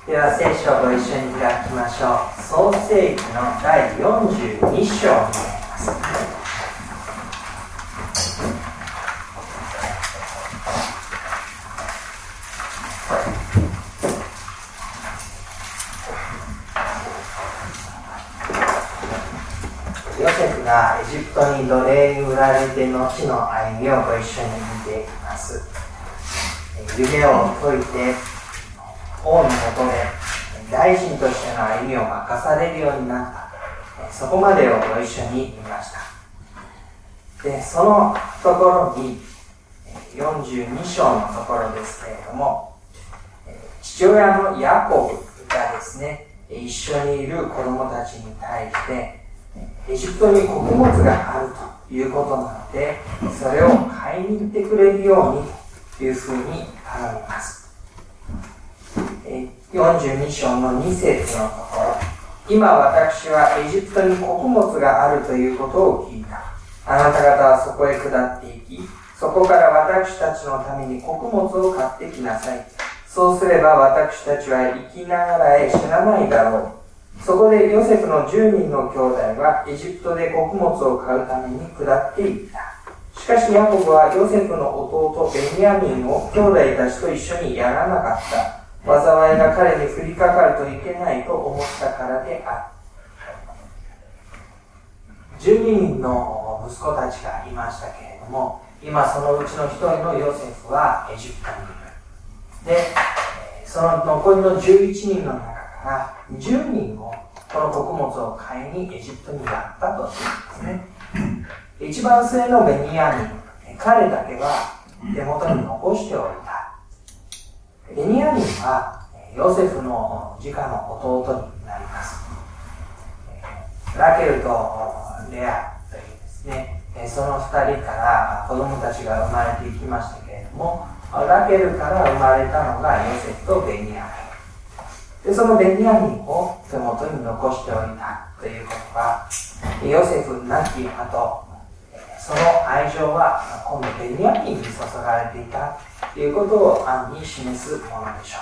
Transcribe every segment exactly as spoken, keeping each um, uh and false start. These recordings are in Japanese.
では聖書をご一緒に開きましょう。創世記のだいよんじゅうに章になります。ヨセフがエジプトに奴隷に売られて後の歩みをご一緒に見ています。夢を解いて王のもとで大臣としての歩みを任されるようになった、そこまでをご一緒に見ました。でそのところによんじゅうに章のところですけれども、父親のヤコブがですね、一緒にいる子供たちに対してエジプトに穀物があるということなので、それを買いに行ってくれるようにというふうに頼みます。よんじゅうに章のに節のところ、今私はエジプトに穀物があるということを聞いた。あなた方はそこへ下っていき、そこから私たちのために穀物を買ってきなさい。そうすれば私たちは生きながらへ死なないだろう。そこでヨセフのじゅうにんの兄弟はエジプトで穀物を買うために下っていった。しかしヤコブはヨセフの弟ベニヤミンを兄弟たちと一緒にやらなかった。災いが彼に降りかかるといけないと思ったからである。じゅうにんの息子たちがいましたけれども、今そのうちの一人のヨセフはエジプトにいる。で、その残りのじゅういちにんの中からじゅうにんをこの穀物を買いにエジプトにやったというんですね。一番末のベニヤミン、彼だけは手元に残しておいた。ベニヤミンはヨセフの直の弟になります。ラケルとレアというですね、その二人から子供たちが生まれていきましたけれども、ラケルから生まれたのがヨセフとベニヤミンで、そのベニヤミンを手元に残しておいたということは、ヨセフ亡き後、その愛情は今度ベニヤミンに注がれていたということを暗に示すものでしょ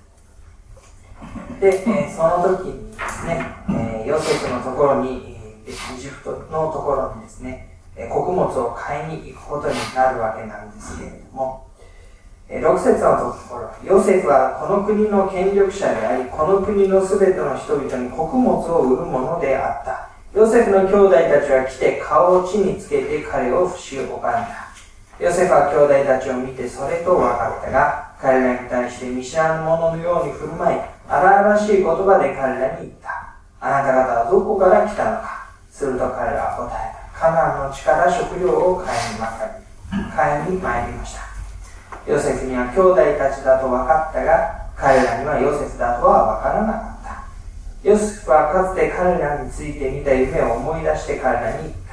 う。で、その時にですね、ヨセフのところに、エジプトのところにですね、穀物を買いに行くことになるわけなんですけれども、ろく節のところ、ヨセフはこの国の権力者であり、この国のすべての人々に穀物を売るものであった。ヨセフの兄弟たちは来て顔を地につけて彼を伏し拝んだ。ヨセフは兄弟たちを見てそれと分かったが、彼らに対して見知らぬ者のように振る舞い、荒々しい言葉で彼らに言った。あなた方はどこから来たのか。すると彼らは答えた。カナンの地から食料を買いにまかり、買いに参りました。ヨセフには兄弟たちだと分かったが、彼らにはヨセフだとは分からなかった。ヨセフはかつて彼らについて見た夢を思い出して彼らに言った。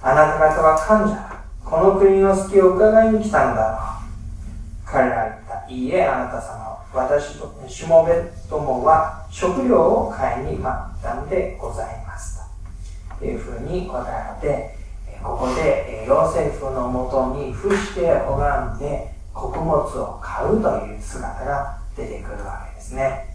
あなた方は患者だ。この国の隙を伺いに来たのだろう。彼らは言った。いいえ、あなた様。私としもべどもは食料を買いに待ったのでございます。というふうに答えて、ここでヨセフのもとに伏して拝んで穀物を買うという姿が出てくるわけですね。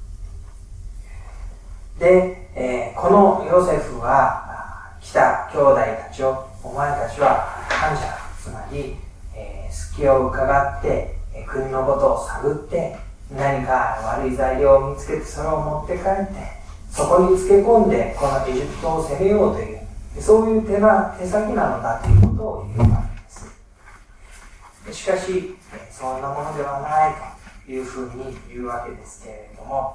で、えー、このヨセフは来た兄弟たちを、お前たちは患者だ、つまり、えー、隙を伺って、えー、国のことを探って何か悪い材料を見つけてそれを持って帰ってそこにつけ込んでこのエジプトを攻めようという、そういう手な手先なのだということを言うわけです。しかしそんなものではないというふうに言うわけですけれども、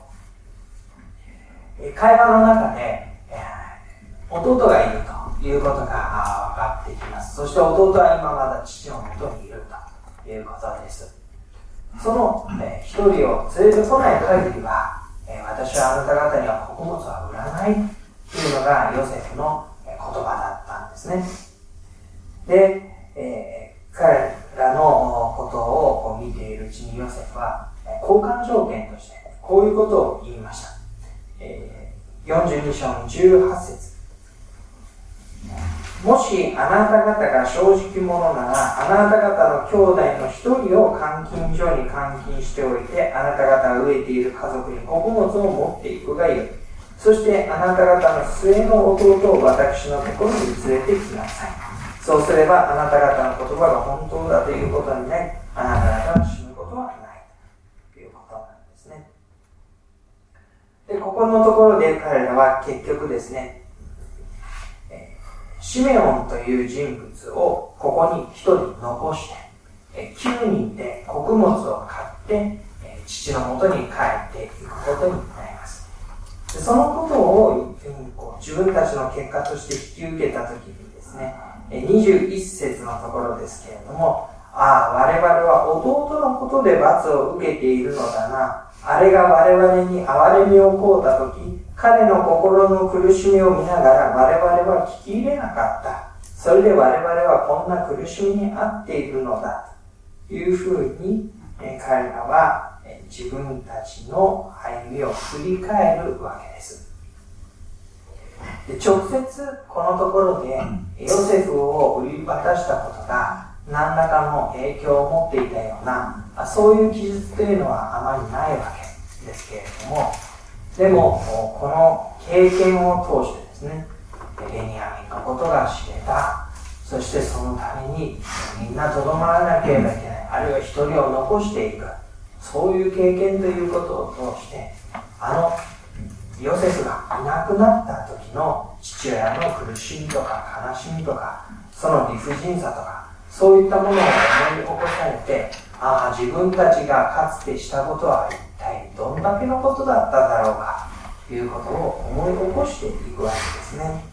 会話の中で弟がいるということが分かってきます。そして弟は今まだ父のもとにいるということです。その一人を連れてこない限りは、私はあなた方には穀物は売らないというのがヨセフの言葉だったんですね。で、えー、彼らのことを見ているうちにヨセフは交換条件としてこういうことを言いました。えー、よんじゅうに章のじゅうはち節。 もしあなた方が正直者なら、あなた方の兄弟の一人を監禁所に監禁しておいて、あなた方が飢えている家族に穀物を持っていくがよい。そしてあなた方の末の弟を私のところに連れてきなさい。そうすればあなた方の言葉が本当だということになり、あなた方は死ぬことはないということなんですね。で、ここのところで彼らは結局ですね、シメオンという人物をここに一人残して、きゅうにんで穀物を買って父のもとに帰っていくことになります。でそのことをこう自分たちの結果として引き受けたときにですね、にじゅういっ節のところですけれども、ああ、我々は弟のことで罰を受けているのだな。あれが我々に憐れみを請うたとき、彼の心の苦しみを見ながら我々は聞き入れなかった。それで我々はこんな苦しみに遭っているのだ。というふうに、えー、彼らは、えー、自分たちの歩みを振り返るわけです。で直接このところでヨセフを売り渡したことが何らかの影響を持っていたような、そういう記述というのはあまりないわけですけれども、でもこの経験を通してですね、ベニヤミンのことが知れた。そしてそのためにみんなとどまらなければいけない、あるいは一人を残していく、そういう経験ということを通して、あのヨセフがいなくなった時の父親の苦しみとか悲しみとか、その理不尽さとか、そういったものを思い起こされて、ああ、自分たちがかつてしたことは一体どんだけのことだっただろうかということを思い起こしていくわけですね。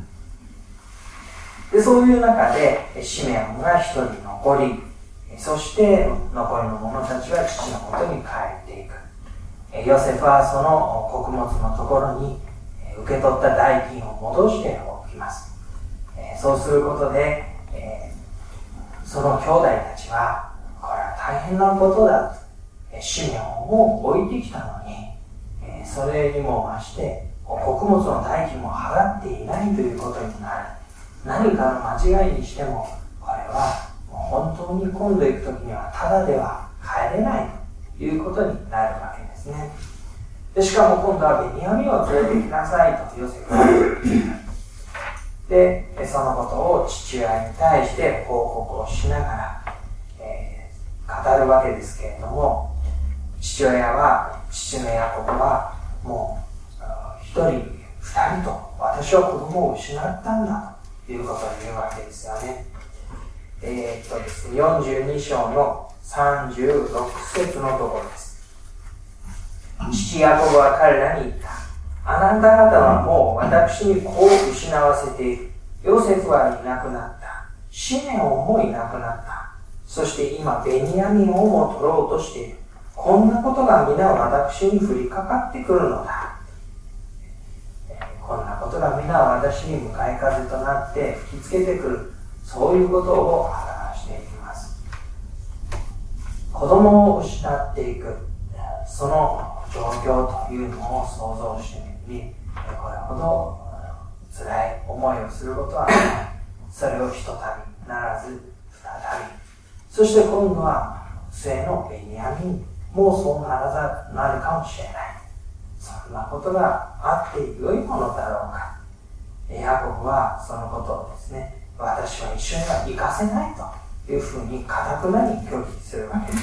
で、そういう中でシメオンが一人残り、そして残りの者たちは父のもとに帰っていく。ヨセフはその穀物のところに受け取った代金を戻しておきます。そうすることでその兄弟たちは、これは大変なことだと、シメオンを置いてきたのに、それにも増して穀物の代金も払っていないということになる。何かの間違いにしても、これはもう本当に今度行くときにはただでは帰れないということになるわけですね。でしかも今度はベニヤミンを連れてきなさいとヨセフが言っている。で、そのことを父親に対して報告をしながら、えー、語るわけですけれども、父親は、父のヤコブはもう一人、二人と私は子供を失ったんだということを言うわけですよね。えー、っとですね、よんじゅうに章のさんじゅうろく節のところです。父ヤコブは彼らに言った。あなた方はもう私に子を失わせている。ヨセフはいなくなった。シメオンもいなくなった。そして今ベニヤミンをも取ろうとしている。こんなことが皆私に降りかかってくるのだ。こんなことが皆私に向かい風となって吹きつけてくる。そういうことを表していきます。子供を失っていく、その状況というのを想像してみるに、これほど辛い思いをすることはない。それをひとたびならず再び、そして今度は末のベニヤミンもそうならざなるかもしれない。そんなことがあって良いものだろうか。ヤコブはそのことをですね、私は一緒には行かせないというふうに堅くなに拒否するわけです。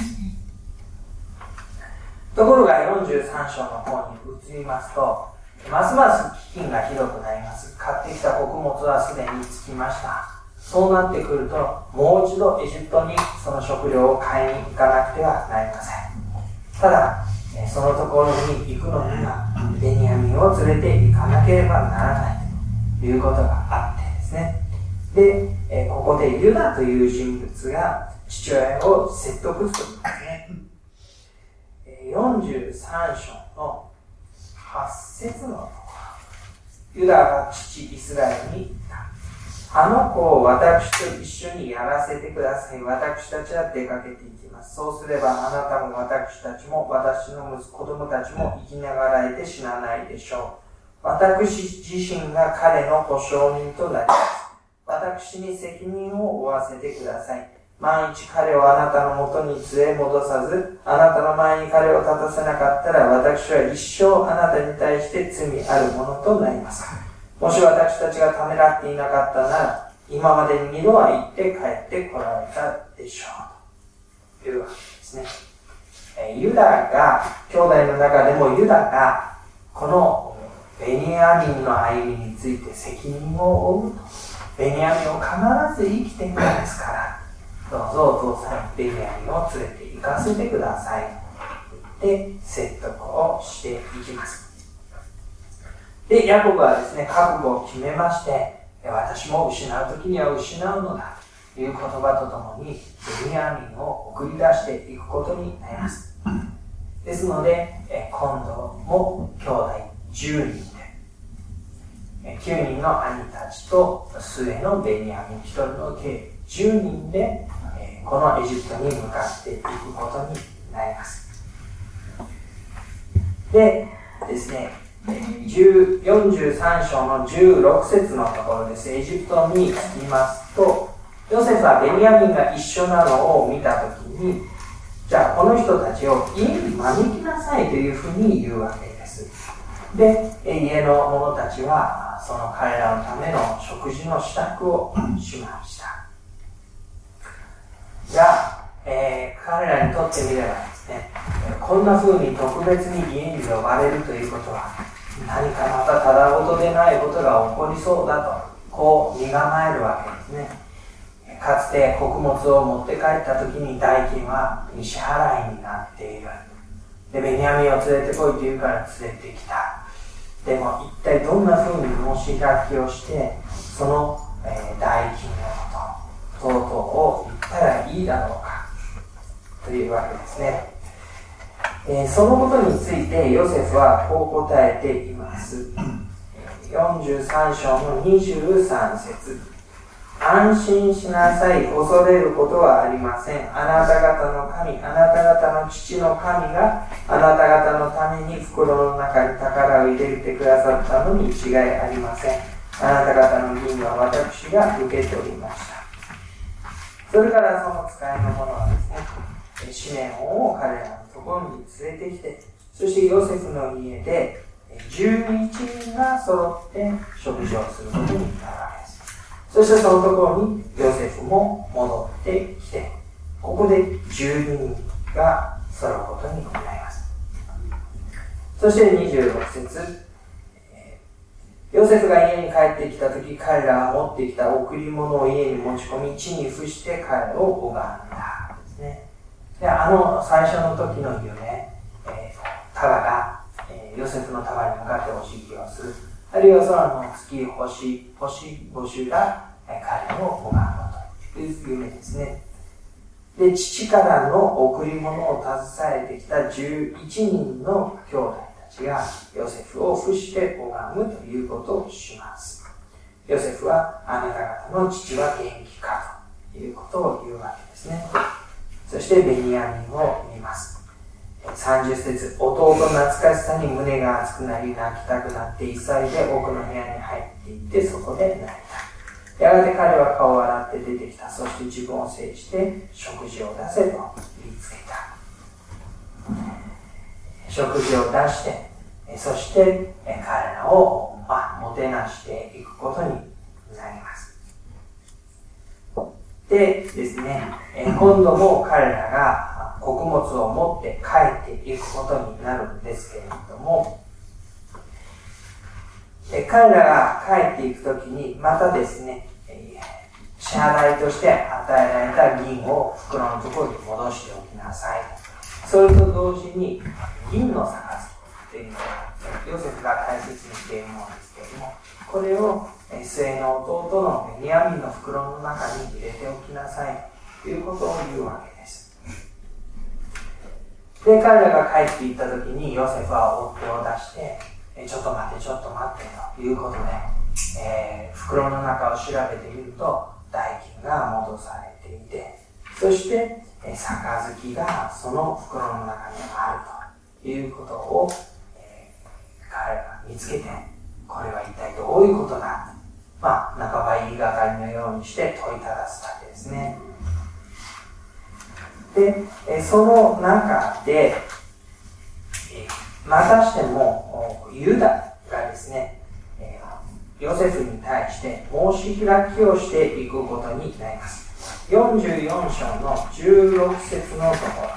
ところがよんじゅうさん章の方に移りますと、ますます飢饉がひどくなります。買ってきた穀物はすでに尽きました。そうなってくると、もう一度エジプトにその食料を買いに行かなくてはなりません。ただ、そのところに行くのにはベニヤミンを連れて行かなければならないということがあってですね。で、ここでユダという人物が父親を説得するんですね。よんじゅうさん章のはち節のところ、ユダが父イスラエルに言った。あの子を私と一緒にやらせてください。私たちは出かけていきます。そうすればあなたも私たちも私の子供たちも生きながらえて死なないでしょう。私自身が彼の保証人となります。 私に責任を負わせてください。万一彼をあなたのもとに連れ戻さず、あなたの前に彼を立たせなかったら、私は一生あなたに対して罪あるものとなります。もし私たちがためらっていなかったなら、今までに二度は行って帰ってこられたでしょう。というわけですね。えユダが、兄弟の中でもユダが、このベニヤミンの歩みについて責任を負うと。ベニヤミンを必ず生きているのですから、どうぞお父さん、ベニヤミンを連れて行かせてください。と言って説得をしていきます。で、ヤコブはですね、覚悟を決めまして、私も失う時には失うのだという言葉とともに、ベニヤミンを送り出していくことになります。ですので、今度も兄弟じゅうにんで、きゅうにんの兄たちと末のベニヤミンひとりの計じゅうにんで、このエジプトに向かっていくことになります。でですね、よんじゅうさん章のじゅうろく節のところです。エジプトに着きますと、ヨセフはベニヤミンが一緒なのを見たときに、じゃあこの人たちを家に招きなさいというふうに言うわけです。で、家の者たちはその彼らのための食事の支度をしました。が、えー、彼らにとってみればですね、こんな風に特別に家に呼ばれるということは、何かまたただごとでないことが起こりそうだと、こう身構えるわけですね。かつて穀物を持って帰った時に代金は未支払いになっている。で、ベニヤミンを連れてこいと言うから連れてきた。でも一体どんな風に申し開きをして、その、えー、代金のこと、等々を言ったらいいだろうか、というわけですね。えー、そのことについてヨセフはこう答えています。よんじゅうさん章のにじゅうさん節。安心しなさい、恐れることはありません。あなた方の神、あなた方の父の神があなた方のために袋の中に宝を入れてくださったのに違いありません。あなた方の銀は私が受け取りました。それからその使いの者はですね、シメオンを彼らのところに連れてきて、そしてヨセフの家でじゅういちにんが揃って食事をすることになるわけです。そしてそのところにヨセフも戻ってきて、ここでじゅうににんが揃うことになります。そしてにじゅうろく節、ヨセフが家に帰ってきたとき、彼らは持ってきた贈り物を家に持ち込み、地に伏して彼を拝んだですね。で、あの最初の時の夢、えー、タラが、えー、ヨセフのタラに向かってお辞儀をする。あるいは空の月、星、星、星が彼を拝むという夢ですね。で、父からの贈り物を携えてきたじゅういちにんの兄弟たちがヨセフを伏して拝むということをします。ヨセフはあなた方の父は元気かということを言うわけですね。そしてベニヤミンを見ます。さんじゅう節、弟の懐かしさに胸が熱くなり泣きたくなって急いで奥の部屋に入っていってそこで泣いた。やがて彼は顔を洗って出てきた。そして自分を制して食事を出せと言いつけた。食事を出して、そして彼らを、まあ、もてなしていくことになります。でですね、今度も彼らが穀物を持って帰っていくことになるんですけれども、彼らが帰っていくときにまたですね、支払いとして与えられた銀を袋のところに戻しておきなさい。それと同時に銀の杯というのはヨセフが大切にしているものですけれども、これを末の弟のベニヤミンの袋の中に入れておきなさいということを言うわけです。で、彼らが帰っていった時にヨセフは追っ手を出してちょっと待ってちょっと待ってということで、えー、袋の中を調べてみると代金が戻されていて、そして杯がその袋の中にあるということを、えー、彼らが見つけて、これは一体どういうことだ、まあまあ、半ば言いがかりのようにして問いただすわけですね。で、その中で、またしてもユダがですね、ヨセフに対して申し開きをしていくことになります。よんじゅうよん章のじゅうろく節のところ、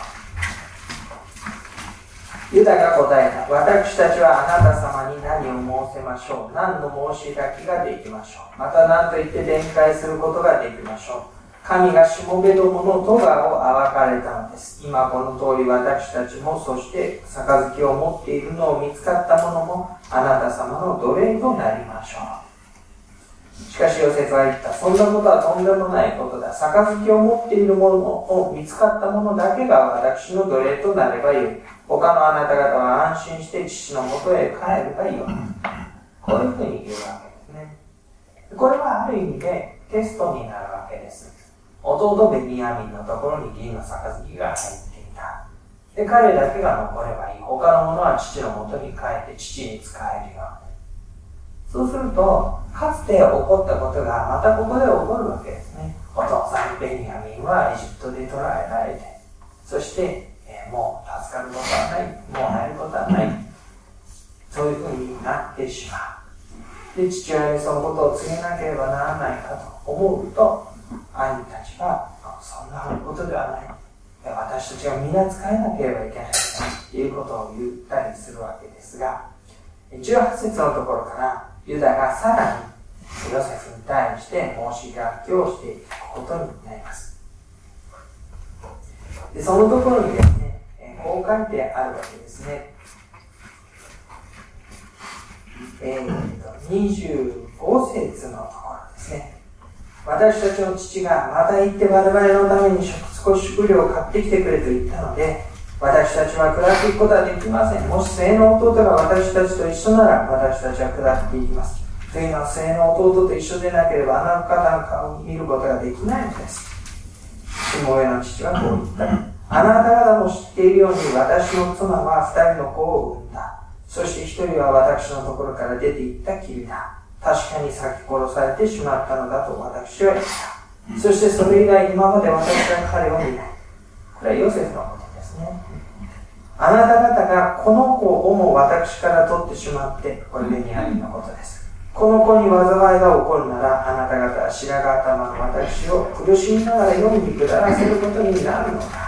ユダが答えた。私たちはあなた様に何を申せましょう。何の申し開きができましょう。また何と言って弁解することができましょう。神がしもべどもの咎を暴かれたのです。今この通り私たちも、そして杯を持っているのを見つかった者もあなた様の奴隷となりましょう。しかしヨセフは言った。そんなことはとんでもないことだ。杯を持っている者を見つかった者だけが私の奴隷となればよい。他のあなた方は安心して父のもとへ帰ればよい。こういうふうに言うわけですね。これはある意味でテストになるわけです。弟ベニヤミンのところに銀の杯が入っていた。で、彼だけが残ればいい。他の者は父のもとに帰って父に仕えるように。そうすると、かつて起こったことがまたここで起こるわけですね。お父さんベニヤミンはエジプトで捕らえられて、そして、えー、もう助かることはない、もう会えることはない。そういうふうになってしまう。で、父親にそのことを告げなければならないかと思うと、兄たちはそんなことではない。私たちは皆使えなければいけないということを言ったりするわけですが、じゅうはち節のところからユダがさらにヨセフに対して申し開きをしていくことになります。でそのところにですね、こう書いてあるわけですね。えー、とにじゅうご節のところですね。私たちの父がまた行って我々のために少し食料を買ってきてくれと言ったので、私たちは下っていくことはできません。もし末の弟が私たちと一緒なら私たちは下っていきます。というのは末の弟と一緒でなければあの方の顔を見ることができないのです。しもべの父はこう言った。あなた方も知っているように私の妻は二人の子を産んだ。そして一人は私のところから出て行ったきりだ。確かに先殺されてしまったのだと私は言った。そしてそれ以来今まで私は彼を見ない。これはヨセフのことですね。あなた方がこの子をも私から取ってしまって、これベニヤミンのことです。この子に災いが起こるなら、あなた方は白髪頭の私を苦しみながら世に下らせることになるのだ。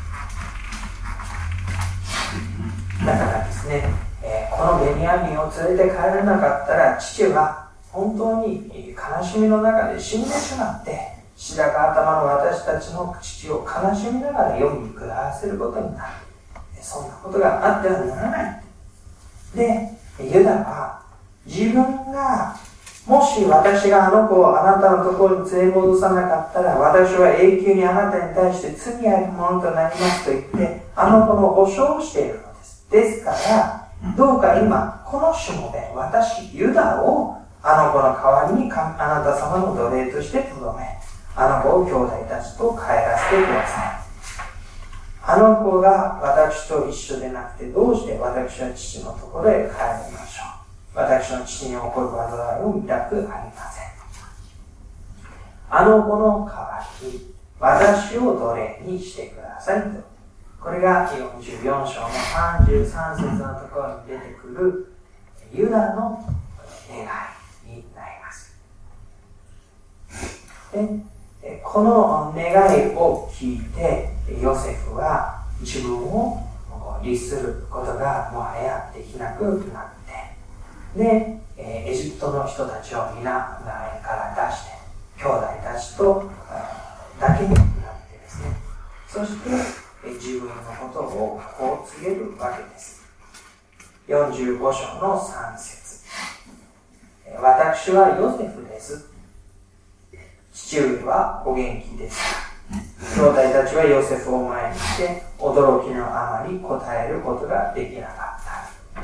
だからですね、えー、このベニヤミンを連れて帰らなかったら、父は本当に悲しみの中で死んでしまって、白髪頭の私たちの父を悲しみながら世に下らせることになる。そんなことがあってはならない。で、ユダは自分がもし私があの子をあなたのところに連れ戻さなかったら、私は永久にあなたに対して罪あるものとなりますと言って、あの子の保証をしているのです。ですから、どうか今、このしもべ、私、ユダをあの子の代わりにあなた様の奴隷としてとどめ、あの子を兄弟たちと帰らせてください。あの子が私と一緒でなくて、どうして私は父のところへ帰りましょう。私の父に起こる災いを見たくありません。あの子の代わりに私を奴隷にしてくださいと。これがよんじゅうよん章のさんじゅうさん節のところに出てくるユダの願いになります。で、この願いを聞いてヨセフは自分を律することがもはやできなくなって、で、エジプトの人たちを皆前から出して兄弟たちとだけになってですね、そして自分のことをこう告げるわけです。よんじゅうご章のさん節、私はヨセフです。父上はお元気ですか。兄弟たちはヨセフを前にして驚きのあまり答えることができなかった。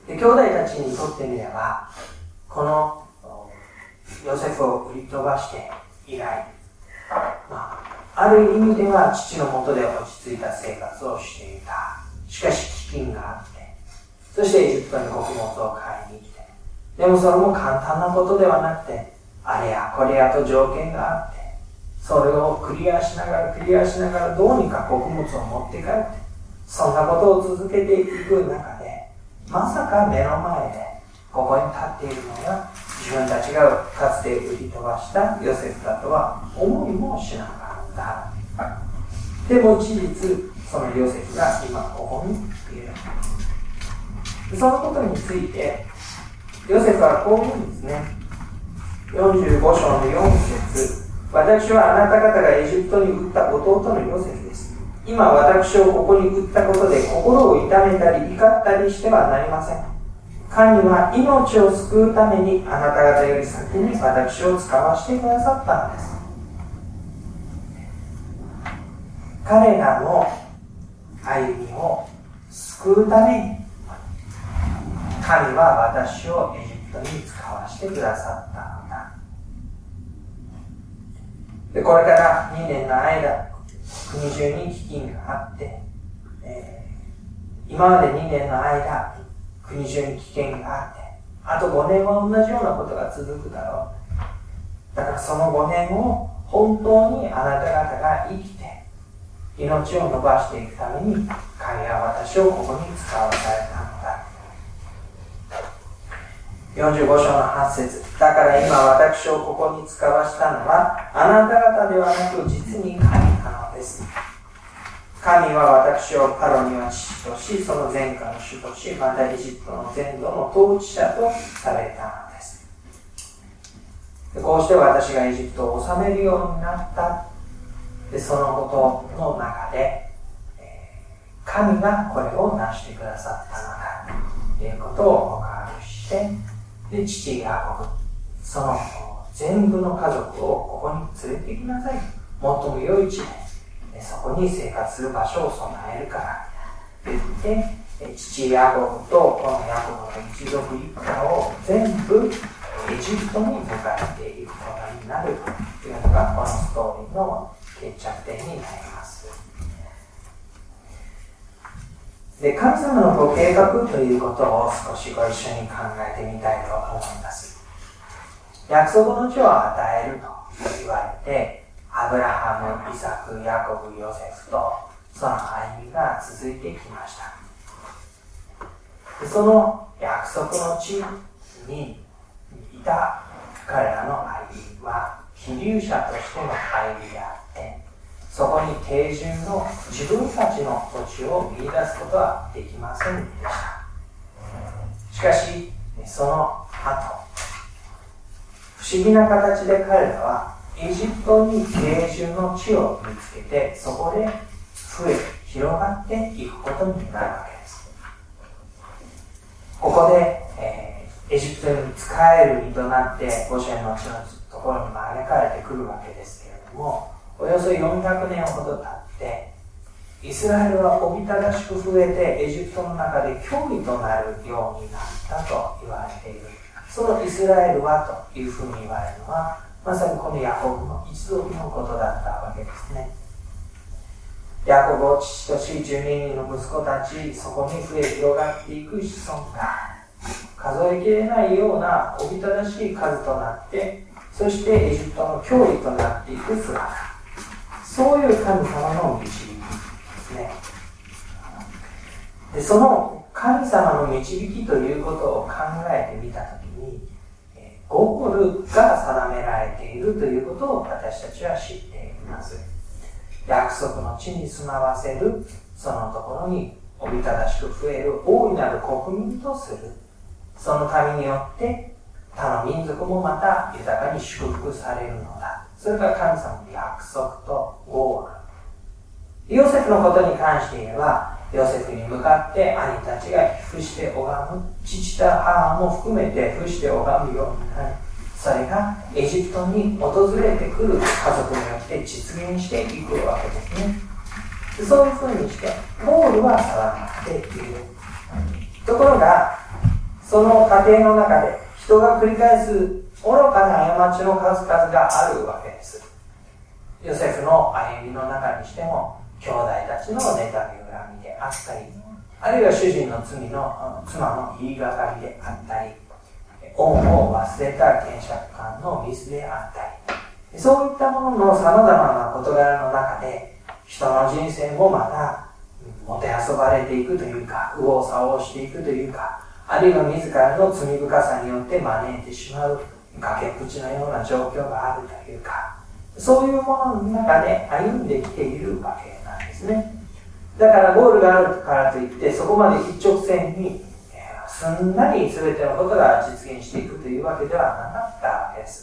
で、兄弟たちにとってみれば、このヨセフを売り飛ばして以来、まあ、ある意味では父のもとで落ち着いた生活をしていた。しかし飢饉があって、そしてエジプトに穀物を買いに来て、 でもそれも簡単なことではなくて、あれやこれやと条件があって、それをクリアしながらクリアしながらどうにか穀物を持って帰って、そんなことを続けていく中で、まさか目の前でここに立っているのが自分たちがかつて売り飛ばしたヨセフだとは思いもしなかった。でも事実、そのヨセフが今ここにいる。そのことについてヨセフはこう言うんですね。よんじゅうご章のよん節、私はあなた方がエジプトに売った弟のヨセフです。今私をここに売ったことで心を痛めたり怒ったりしてはなりません。神は命を救うためにあなた方より先に私を使わせてくださったのです。彼らの歩みを救うために神は私をエジプトに使わせてくださったのだ。でこれからにねんの間、国中に飢饉があって、えー、今までにねんの間国中に危険があって、あとごねんは同じようなことが続くだろう。だからそのごねんを本当にあなた方が生きて命を伸ばしていくために神は私をここに使わされたのだ。よんじゅうご章のはち節、だから今私をここに使わしたのはあなた方ではなく実に神なのです。神は私をパロには父とし、その前科の主とし、またエジプトの全土の統治者とされたのです。でこうして私がエジプトを治めるようになった。でそのことの中で、えー、神がこれを成してくださったのだということを告白して、で父ヤコブ、その全部の家族をここに連れて行きなさい。最も良い地でそこに生活する場所を備えるからと言って、父ヤコブとこのヤコブの一族一家を全部エジプトに迎えていくことになるというのがこのストーリーの決着点になります。で、神様のご計画ということを少しご一緒に考えてみたいと思います。約束の地を与えると言われて、アブラハム、イサク、ヤコブ、ヨセフとその歩みが続いてきました。でその約束の地にいた彼らの歩みは寄留者としての歩みであって、そこに定住の自分たちの土地を見出すことはできませんでした。しかしその後、不思議な形で彼らはエジプトに定住の地を見つけて、そこで増え広がっていくことになるわけです。ここで、えー、エジプトに仕える身となってゴシェンの地のところに招かれてくるわけですけれども、およそよんひゃくねんほど経ってイスラエルはおびただしく増えてエジプトの中で脅威となるようになったと言われている。そのイスラエルはというふうに言われるのはまさにこのヤコブの一族のことだったわけですね。ヤコブを父としじゅうににんの息子たち、そこに増え広がっていく子孫が数えきれないようなおびただしい数となって、そしてエジプトの脅威となっていく姿、そういう神様の導きですね。でその神様の導きということを考えてみたときに、ゴールが定められているということを私たちは知っています。約束の地に住まわせる、そのところにおびただしく増える大いなる国民とする。その神によって他の民族もまた豊かに祝福されるのだ。それが神様の約束とゴール。ヨセフのことに関して言えば、ヨセフに向かって兄たちが伏して拝む、父と母も含めて伏して拝むようになる。それがエジプトに訪れてくる家族によって実現していくわけですね。そういうふうにしてゴールは定まっている。ところがその過程の中で人が繰り返す愚かな過ちの数々があるわけです。ヨセフの歩みの中にしても兄弟たちの妬み恨みであったり、あるいは主人の罪の妻の言いがかりであったり、 恩を忘れた検釈官のミスであったり、そういったもののさまざまな事柄の中で人の人生もまたもてあそばれていくというか、右往左往していくというか、あるいは自らの罪深さによって招いてしまう崖っぷちのような状況があるというか、そういうものの中で歩んできているわけなんですね。だからゴールがあるからといってそこまで一直線にすんなり全てのことが実現していくというわけではなかったわけです。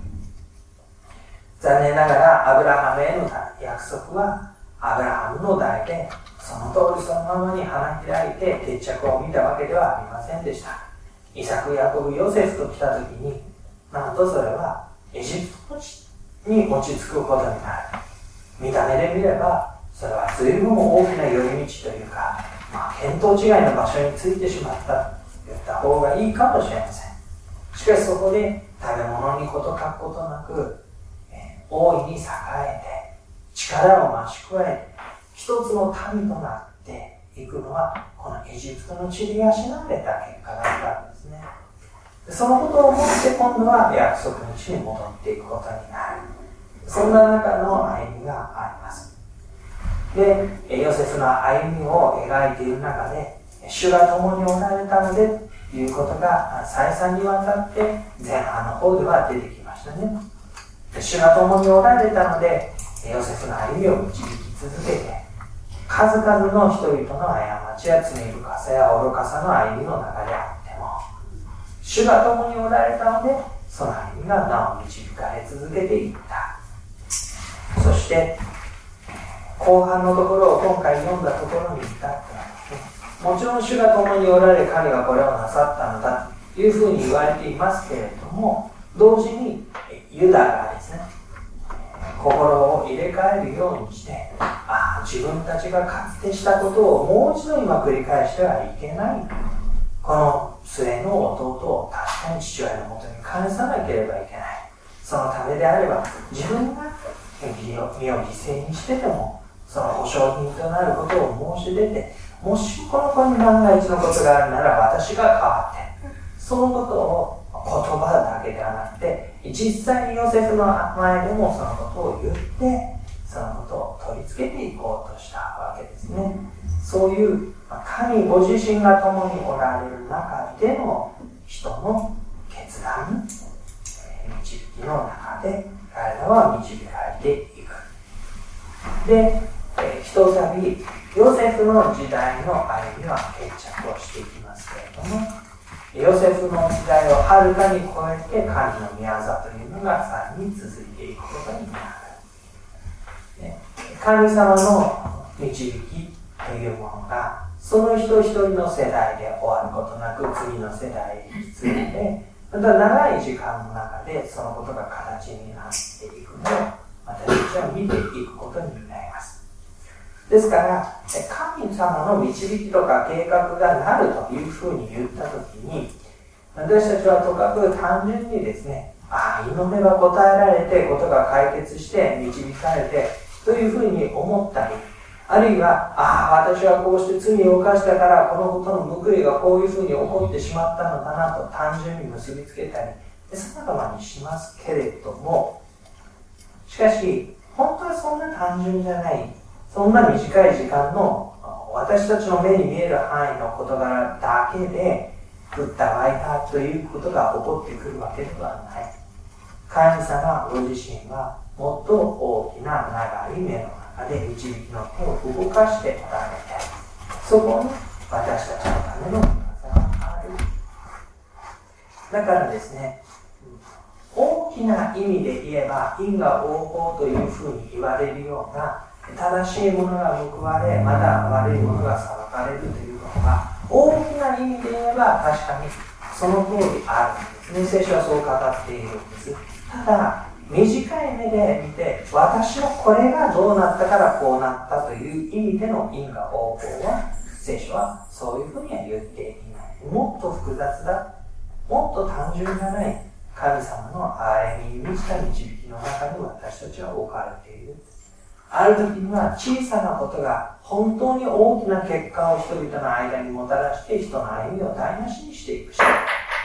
残念ながらアブラハムへの約束はアブラハムの代でその通りそのままに花開いて決着を見たわけではありませんでした。イサク、ヤコブ、ヨセフと来た時に、なんとそれはエジプトに落ち着くことになる。見た目で見ればそれは随分大きな寄り道というか、まあ、見当違いの場所についてしまったと言った方がいいかもしれません。しかしそこで食べ物に事欠くことなく、えー、大いに栄えて力を増し加えて一つの民となっていくのはこのエジプトの地で養われた結果だったんですね。そのことをもって今度は約束の地に戻っていくことになる。そんな中の歩みがあります。で、ヨセフの歩みを描いている中で、主が共におられたのでということが再三にわたって前半の方では出てきましたね。主が共におられたので、ヨセフの歩みを導き続けて、数々の人々の過ちや罪深さや愚かさの歩みの中であっても、主が共におられたので、その歩みがなお導かれ続けていった。そして後半のところを今回読んだところに至ってはですね、もちろん主が共におられ神がこれをなさったのだというふうに言われていますけれども、同時にユダがですね、心を入れ替えるようにして、ああ自分たちがかつてしたことをもう一度今繰り返してはいけない。この末の弟を確かに父親のもとに返さなければいけない。そのためであれば自分が身を犠牲にしてでもその保証人となることを申し出て、もしこの子に万が一のことがあるなら私が代わって、そのことを言葉だけではなくて実際にヨセフの前でもそのことを言ってそのことを取り付けていこうとしたわけですね。そういう神ご自身が共におられる中での人の決断、導きの中で彼らは導かれていく。で、えー、ひとたびヨセフの時代の歩みは決着をしていきますけれども、ヨセフの時代をはるかに超えて神の御業というのがさらに続いていくことになる。ね、神様の導きというものがその人一人の世代で終わることなく次の世代へ引き継いで、また長い時間の中でそのことが形になっていくのを私たちは見ていくことになります。ですから神様の導きとか計画がなるというふうに言ったときに、私たちはとかく単純にですね、ああ祈れば答えられてことが解決して導かれてというふうに思ったり、あるいはああ私はこうして罪を犯したからこのことの報いがこういうふうに起こってしまったのだなと単純に結びつけたりさまざまにしますけれども、しかし本当はそんな単純じゃない、そんな短い時間の私たちの目に見える範囲の事柄だけで降った湧いたということが起こってくるわけではない。神様ご自身はもっと大きな長い目の中で導きの手を動かしておられて、そこに私たちのための御業がある。だからですね、大きな意味で言えば因果応報というふうに言われるような正しいものが報われ、また悪いものが裁かれるというのが大きな意味で言えば確かにその通りあるんですね。聖書はそう語っているんです。ただ短い目で見て私はこれがどうなったからこうなったという意味での因果応報は聖書はそういうふうには言っていない。もっと複雑だ、もっと単純じゃない神様の憐れみに満ちた導きの中に私たちは置かれている。ある時には小さなことが本当に大きな結果を人々の間にもたらして人の歩みを台無しにしていくし、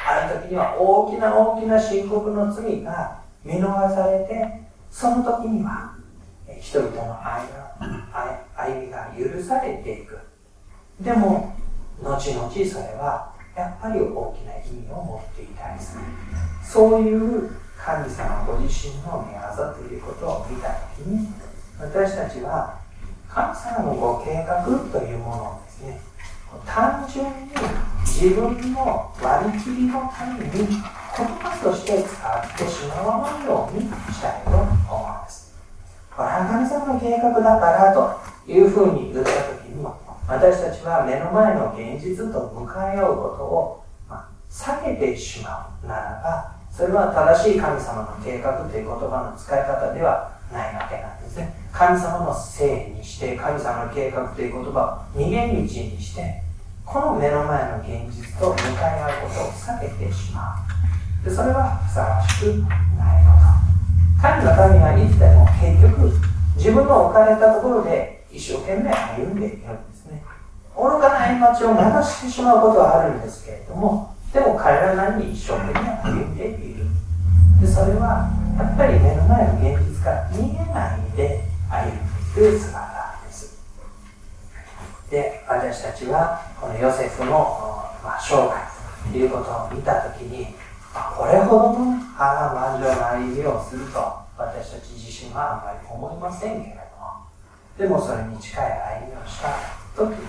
ある時には大きな大きな深刻の罪が見逃されて、その時には人々の歩みが許されていく。でも後々それはやっぱり大きな意味を持っていたりする。そういう神様ご自身の御業ということを見たときに、私たちは神様のご計画というものをですね、単純に自分の割り切りのために言葉として使ってしまわないようにしたいと思うんです。これは神様の計画だからというふうに言ったときにも、私たちは目の前の現実と向かい合うことを、まあ、避けてしまうならば、それは正しい神様の計画という言葉の使い方ではないわけなんですね。神様のせいにして、神様の計画という言葉を逃げ道にして、この目の前の現実と向かい合うことを避けてしまう。でそれはふさわしくないこと。神の民はいつでも結局自分の置かれたところで一生懸命歩んでいるんですね。愚かな過ちを流してしまうことはあるんですけれども、でも彼らなりに一生懸命歩んでいる。でそれはやっぱり目の前の現実から逃げないで歩んでいく姿です。で私たちはこのヨセフの、まあ、生涯ということを見たときに、これほどの波乱万丈な歩みをすると私たち自身はあんまり思いませんけれども、でもそれに近い歩みをしたときに、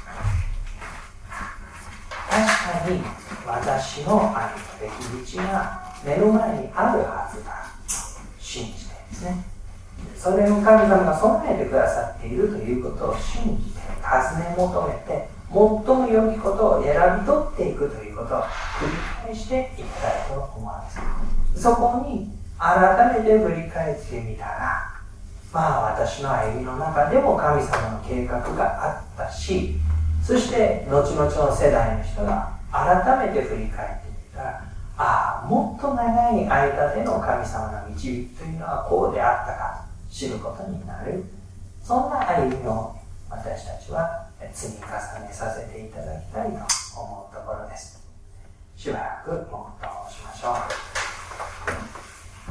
確かに私の歩むべき道が目の前にあるはずだと信じてですね、それを神様が備えてくださっているということを信じて尋ね求めて、最も良きことを選び取っていくということを繰り返していきたいと思うんです。そこに改めて振り返ってみたら、まあ私の歩みの中でも神様の計画があったし、そして後々の世代の人が改めて振り返ってみたら、ああもっと長い間での神様の導きというのはこうであったかと知ることになる。そんな歩みを私たちは積み重ねさせていただきたいと